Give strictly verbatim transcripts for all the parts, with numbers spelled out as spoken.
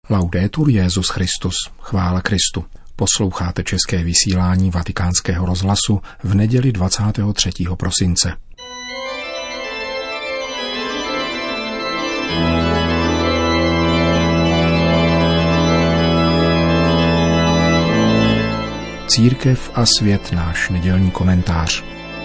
Laudetur Jesus Christus, chvála Kristu. Posloucháte české vysílání Vatikánského rozhlasu v neděli dvacátého třetího prosince. Církev a svět, náš nedělní komentář.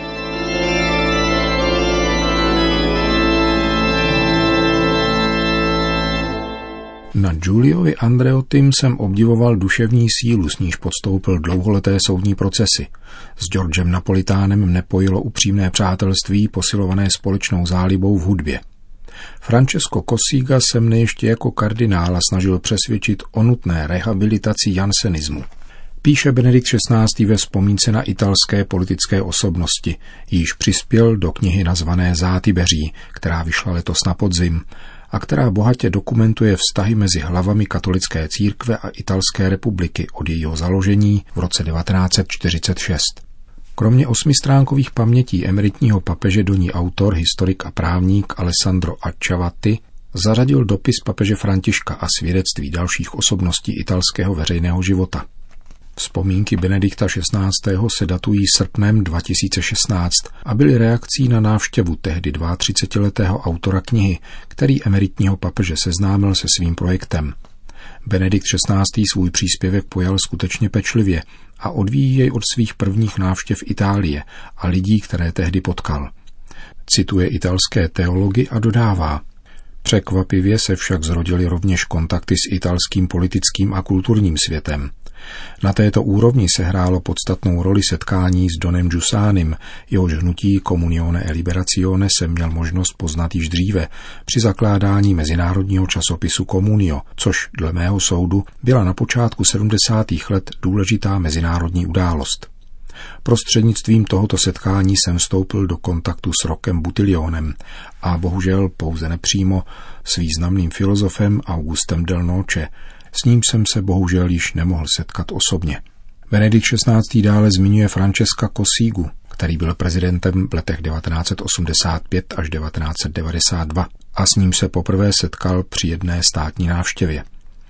Na Giuliovi Andreottim jsem obdivoval duševní sílu, s níž podstoupil dlouholeté soudní procesy. S Georgem Napolitánem mne pojilo upřímné přátelství, posilované společnou zálibou v hudbě. Francesco Cossiga se mne ještě jako kardinála snažil přesvědčit o nutné rehabilitaci jansenismu. Píše Benedikt šestnáctý ve vzpomínce na italské politické osobnosti, jíž přispěl do knihy nazvané Zátybeří, která vyšla letos na podzim, a která bohatě dokumentuje vztahy mezi hlavami katolické církve a Italské republiky od jejího založení v roce devatenáct set čtyřicet šest. Kromě osmistránkových pamětí emeritního papeže do ní autor, historik a právník Alessandro Acciavatti zařadil dopis papeže Františka a svědectví dalších osobností italského veřejného života. Vzpomínky Benedikta šestnáctého se datují srpnem dva tisíce šestnáct a byly reakcí na návštěvu tehdy třicetiletého autora knihy, který emeritního papeže seznámil se svým projektem. Benedikt šestnáctý svůj příspěvek pojal skutečně pečlivě a odvíjí jej od svých prvních návštěv Itálie a lidí, které tehdy potkal. Cituje italské teology a dodává: Překvapivě se však zrodily rovněž kontakty s italským politickým a kulturním světem. Na této úrovni se hrálo podstatnou roli setkání s Donem Giussánim, jehož hnutí Comunione e Liberazione jsem měl možnost poznat již dříve při zakládání mezinárodního časopisu Comunio, což dle mého soudu byla na počátku sedmdesátých let důležitá mezinárodní událost. Prostřednictvím tohoto setkání jsem vstoupil do kontaktu s Rockem Butilionem a bohužel pouze nepřímo s významným filozofem Augustem del Noce. S ním jsem se bohužel již nemohl setkat osobně. Benedikt šestnáctý dále zmiňuje Francesca Cossigu, který byl prezidentem v letech devatenáct set osmdesát pět až devatenáct set devadesát dva a s ním se poprvé setkal při jedné státní návštěvě.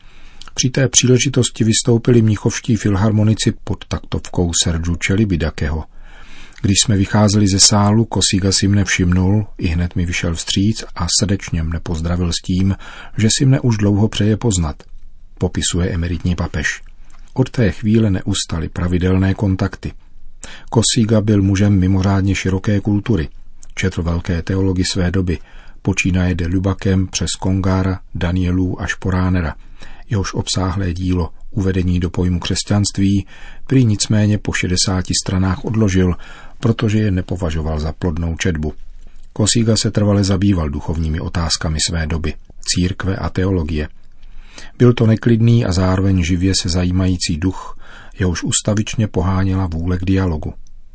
Při té příležitosti vystoupili mnichovští filharmonici pod taktovkou Sergiu Celibidacheho. Když jsme vycházeli ze sálu, Cossiga si mne všimnul, ihned mi vyšel vstříc a srdečně mne pozdravil s tím, že si mne už dlouho přeje poznat. Popisuje emeritní papež. Od té chvíle neustaly pravidelné kontakty. Cossiga byl mužem mimořádně široké kultury. Četl velké teology své doby, počínaje de Lubakem přes Congára, Danielů až po Ránera. Jehož obsáhlé dílo Uvedení do pojmu křesťanství prý nicméně po šedesáti stranách odložil, protože je nepovažoval za plodnou četbu. Cossiga se trvale zabýval duchovními otázkami své doby, církve a teologie. Byl to neklidný a zároveň živě se zajímající duch, jehož ustavičně poháněla vůle k dialogu.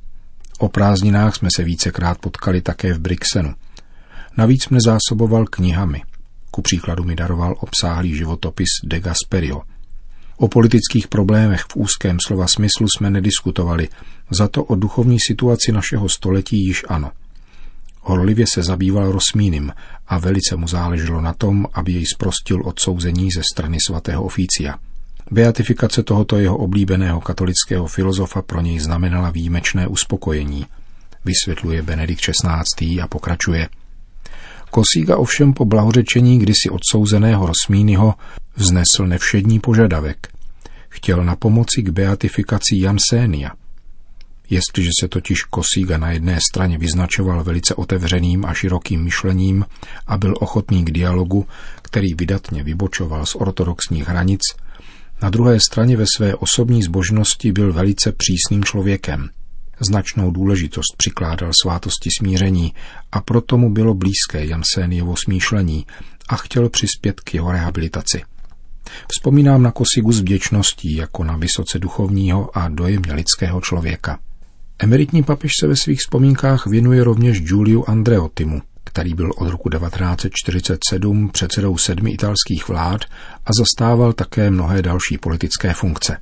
O prázdninách jsme se vícekrát potkali také v Brixenu. Navíc mne zásoboval knihami. Ku příkladu mi daroval obsáhlý životopis De Gasperio. O politických problémech v úzkém slova smyslu jsme nediskutovali, za to o duchovní situaci našeho století již ano. Horlivě se zabýval Rosmínem a velice mu záleželo na tom, aby jej zprostil odsouzení ze strany svatého oficia. Beatifikace tohoto jeho oblíbeného katolického filozofa pro něj znamenala výjimečné uspokojení, vysvětluje Benedikt šestnáctý a pokračuje. Cossiga ovšem po blahořečení kdysi odsouzeného Rosmínyho vznesl nevšední požadavek. Chtěl na pomoci k beatifikaci Jansenia. Jestliže se totiž Cossiga na jedné straně vyznačoval velice otevřeným a širokým myšlením a byl ochotný k dialogu, který vydatně vybočoval z ortodoxních hranic, na druhé straně ve své osobní zbožnosti byl velice přísným člověkem. Značnou důležitost přikládal svátosti smíření a proto mu bylo blízké Janseniovo smýšlení a chtěl přispět k jeho rehabilitaci. Vzpomínám na Cossigu s vděčností jako na vysoce duchovního a dojemně lidského člověka. Emeritní papež se ve svých vzpomínkách věnuje rovněž Giuliu Andreottimu, který byl od roku devatenáct set čtyřicet sedm předsedou sedmi italských vlád a zastával také mnohé další politické funkce.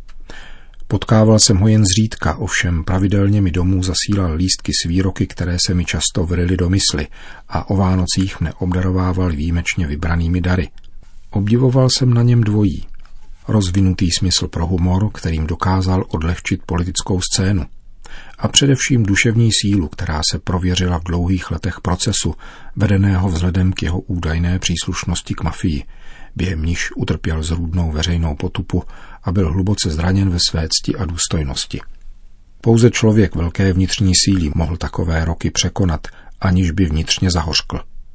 Potkával jsem ho jen zřídka, ovšem pravidelně mi domů zasílal lístky s výroky, které se mi často vryly do mysli, a o Vánocích mne obdarovával výjimečně vybranými dary. Obdivoval jsem na něm dvojí. Rozvinutý smysl pro humor, kterým dokázal odlehčit politickou scénu. A především duševní sílu, která se prověřila v dlouhých letech procesu, vedeného vzhledem k jeho údajné příslušnosti k mafii, během níž utrpěl zrůdnou veřejnou potupu a byl hluboce zraněn ve své cti a důstojnosti. Pouze člověk velké vnitřní síly mohl takové roky překonat, aniž by vnitřně zahořkl.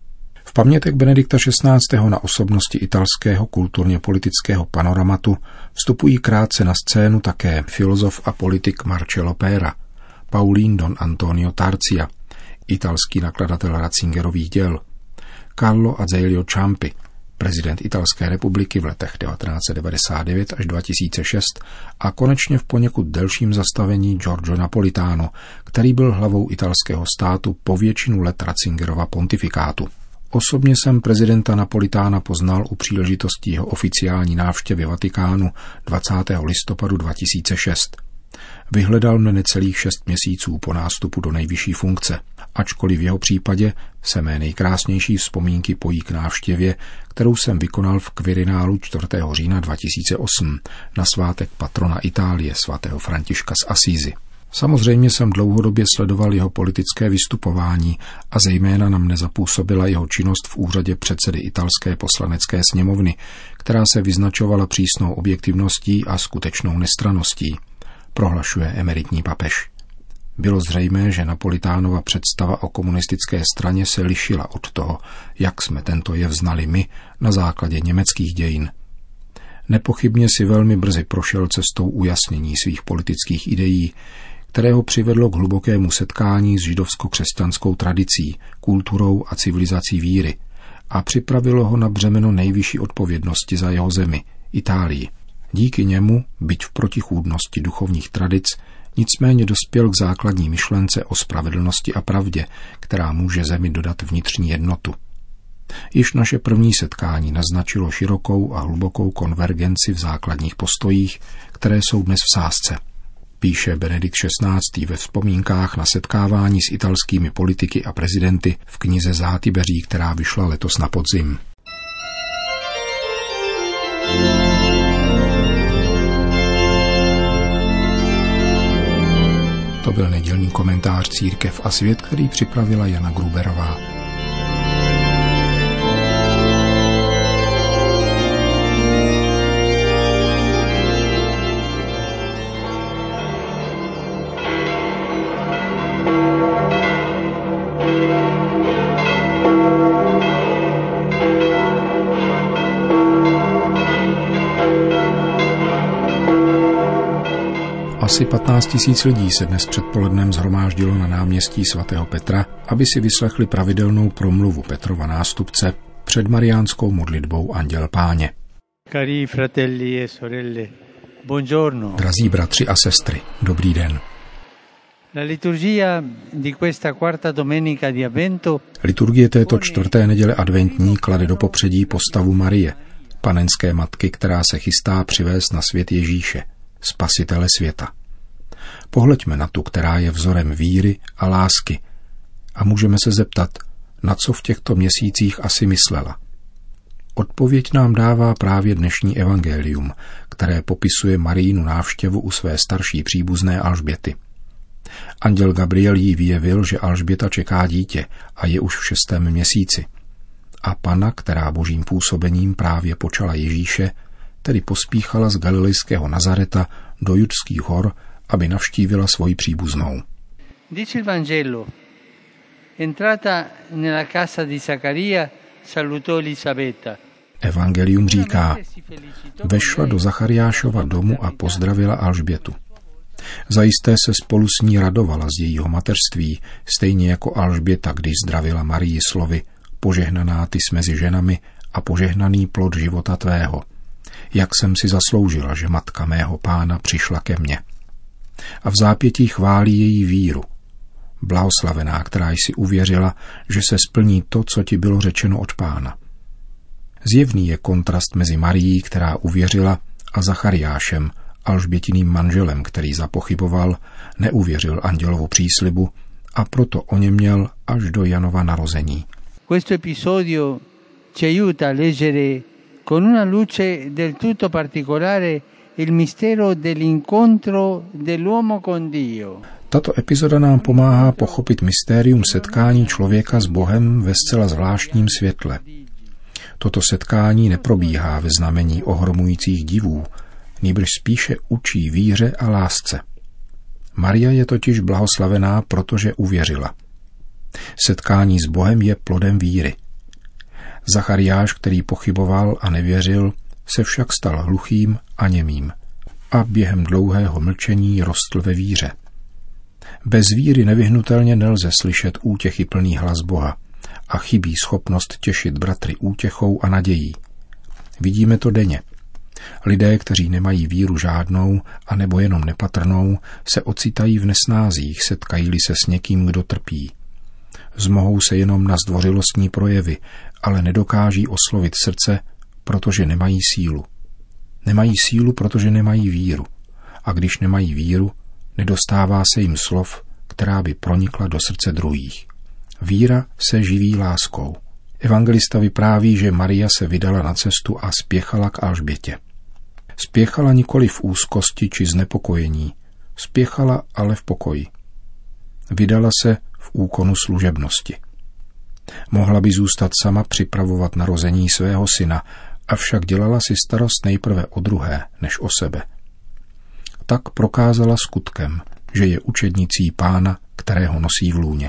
V pamětech Benedikta šestnáctého na osobnosti italského kulturně-politického panoramatu vstupují krátce na scénu také filozof a politik Marcello Pera, Paulín Don Antonio Tarzia, italský nakladatel Ratzingerových děl, Carlo Azeglio Ciampi, prezident Italské republiky v letech devatenáct set devadesát devět až dva tisíce šest a konečně v poněkud delším zastavení Giorgio Napolitano, který byl hlavou italského státu po většinu let Ratzingerova pontifikátu. Osobně jsem prezidenta Napolitána poznal u příležitosti jeho oficiální návštěvy Vatikánu dvacátého listopadu dva tisíce šest. Vyhledal mne necelých šest měsíců po nástupu do nejvyšší funkce, ačkoliv v jeho případě se mé nejkrásnější vzpomínky pojí k návštěvě, kterou jsem vykonal v Quirinálu čtvrtého října dva tisíce osm na svátek patrona Itálie svatého Františka z Asízy. Samozřejmě jsem dlouhodobě sledoval jeho politické vystupování a zejména na mne zapůsobila jeho činnost v úřadě předsedy italské poslanecké sněmovny, která se vyznačovala přísnou objektivností a skutečnou nestranností, prohlašuje emeritní papež. Bylo zřejmé, že Napolitánova představa o komunistické straně se lišila od toho, jak jsme tento jev znali my na základě německých dějin. Nepochybně si velmi brzy prošel cestou ujasnění svých politických ideí, které ho přivedlo k hlubokému setkání s židovsko-křesťanskou tradicí, kulturou a civilizací víry a připravilo ho na břemeno nejvyšší odpovědnosti za jeho zemi, Itálii. Díky němu, byť v protichůdnosti duchovních tradic, nicméně dospěl k základní myšlence o spravedlnosti a pravdě, která může zemi dodat vnitřní jednotu. Již naše první setkání naznačilo širokou a hlubokou konvergenci v základních postojích, které jsou dnes v sázce. Píše Benedikt šestnáctý ve vzpomínkách na setkávání s italskými politiky a prezidenty v knize Zátybeří, která vyšla letos na podzim. To byl nedělní komentář Církev a svět, který připravila Jana Gruberová. Asi patnáct tisíc lidí se dnes předpolednem shromáždilo na náměstí svatého Petra, aby si vyslechli pravidelnou promluvu Petrova nástupce před mariánskou modlitbou Anděl Páně. Cari fratelli e sorelle, buongiorno. Drazí bratři a sestry, dobrý den. La liturgia di questa quarta domenica di Avvento. Liturgie této čtvrté neděle adventní klade do popředí postavu Marie, panenské matky, která se chystá přivést na svět Ježíše, spasitele světa. Pohleďme na tu, která je vzorem víry a lásky a můžeme se zeptat, na co v těchto měsících asi myslela. Odpověď nám dává právě dnešní evangelium, které popisuje Marijinu návštěvu u své starší příbuzné Alžběty. Anděl Gabriel jí vyjevil, že Alžběta čeká dítě a je už v šestém měsíci. A Panna, která božím působením právě počala Ježíše, tedy pospíchala z galilejského Nazareta do judských hor, aby navštívila svoji příbuznou. Dice il Vangelo, entrata nella casa di Zaccaria, salutò Elisabetta. Evangelium říká, vešla do Zachariášova domu a pozdravila Alžbětu. Zajisté se spolu s ní radovala z jejího mateřství, stejně jako Alžběta, když zdravila Marii slovy, požehnaná ty jsi mezi ženami a požehnaný plod života tvého. Jak jsem si zasloužila, že matka mého Pána přišla ke mně. A v zápětí chválí její víru. Blahoslavená, která jsi uvěřila, že se splní to, co ti bylo řečeno od Pána. Zjevný je kontrast mezi Marií, která uvěřila, a Zachariášem, Alžbětiným manželem, který zapochyboval, neuvěřil andělovu příslibu a proto o něm měl až do Janova narození. Questo episodio ci aiuta a leggere con una luce del tutto particolare il mistero dell'incontro dell'uomo con Dio. Tato epizoda nám pomáhá pochopit mystérium setkání člověka s Bohem ve zcela zvláštním světle. Toto setkání neprobíhá ve znamení ohromujících divů, nýbrž spíše učí víře a lásce. Maria je totiž blahoslavená, protože uvěřila. Setkání s Bohem je plodem víry. Zachariáš, který pochyboval a nevěřil, se však stal hluchým a němým a během dlouhého mlčení rostl ve víře. Bez víry nevyhnutelně nelze slyšet útěchy plný hlas Boha a chybí schopnost těšit bratry útěchou a nadějí. Vidíme to denně. Lidé, kteří nemají víru žádnou a nebo jenom nepatrnou, se ocitají v nesnázích, setkají-li se s někým, kdo trpí. Zmohou se jenom na zdvořilostní projevy, ale nedokáží oslovit srdce, protože nemají sílu. Nemají sílu, protože nemají víru. A když nemají víru, nedostává se jim slov, která by pronikla do srdce druhých. Víra se živí láskou. Evangelista vypráví, že Maria se vydala na cestu a spěchala k Alžbětě. Spěchala nikoli v úzkosti či znepokojení, spěchala ale v pokoji. Vydala se v úkonu služebnosti. Mohla by zůstat sama připravovat narození svého syna, avšak dělala si starost nejprve o druhé, než o sebe. Tak prokázala skutkem, že je učednicí Pána, kterého nosí v lůně.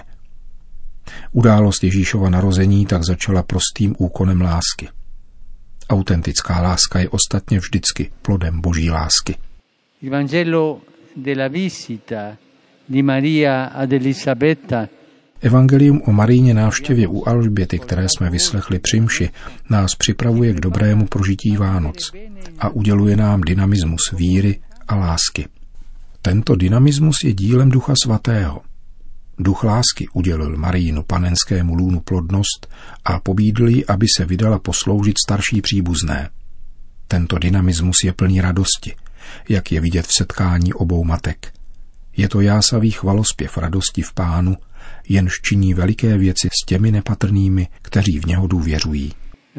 Událost Ježíšova narození tak začala prostým úkonem lásky. Autentická láska je ostatně vždycky plodem Boží lásky. Il Vangelo della visita di Maria ad Elisabetta. Evangelium o Marijně návštěvě u Alžběty, které jsme vyslechli při mši, nás připravuje k dobrému prožití Vánoc a uděluje nám dynamismus víry a lásky. Tento dynamismus je dílem Ducha Svatého. Duch lásky udělil Marijinu panenskému lůnu plodnost a pobídl ji, aby se vydala posloužit starší příbuzné. Tento dynamismus je plný radosti, jak je vidět v setkání obou matek. Je to jásavý chvalospěv radosti v Pánu, jenž činí veliké věci s těmi nepatrnými, kteří v něho důvěřují.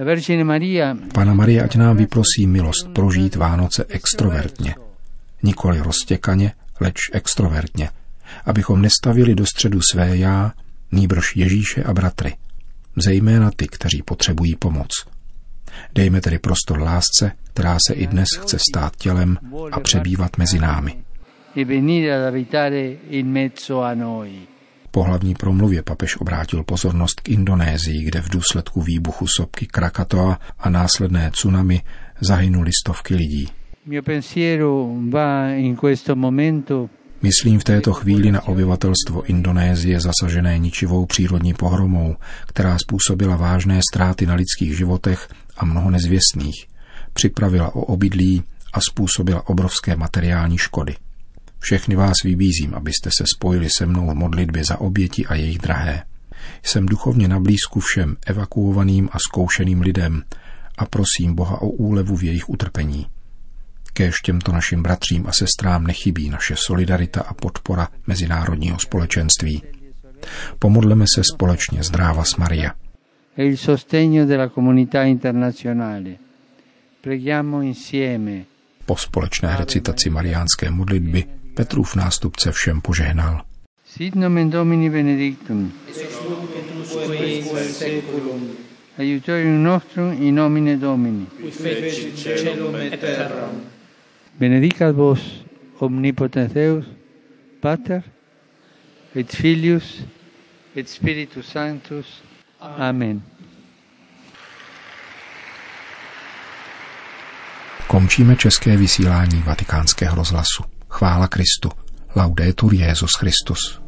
Panna Maria ať nám vyprosí milost prožít Vánoce extrovertně, nikoli roztěkaně, leč extrovertně, abychom nestavili do středu své já, nýbrž Ježíše a bratry, zejména ty, kteří potřebují pomoc. Dejme tedy prostor lásce, která se i dnes chce stát tělem a přebývat mezi námi. Po hlavní promluvě papež obrátil pozornost k Indonésii, kde v důsledku výbuchu sopky Krakatoa a následné tsunami zahynuli stovky lidí. Myslím v této chvíli na obyvatelstvo Indonésie zasažené ničivou přírodní pohromou, která způsobila vážné ztráty na lidských životech a mnoho nezvěstných, připravila o obydlí a způsobila obrovské materiální škody. Všechny vás vybízím, abyste se spojili se mnou v modlitbě za oběti a jejich drahé. Jsem duchovně na blízku všem evakuovaným a zkoušeným lidem a prosím Boha o úlevu v jejich utrpení. Kéž těmto našim bratřím a sestrám nechybí naše solidarita a podpora mezinárodního společenství. Pomodleme se společně Zdravas Maria. E il sostegno della comunità internazionale. Preghiamo insieme. Po společné recitaci mariánské modlitby Petrův nástupce všem požehnal. Sit nomen Domini benedictum. Aiutorium nostrum in nomine Domini. Qui feci caelum et terram. Benedicat vos omnipotens Deus, Pater et Filius et Spiritus Sanctus. Amen. Končíme české vysílání Vatikánského rozhlasu. Chvála Kristu. Laudetur Jesus Christus.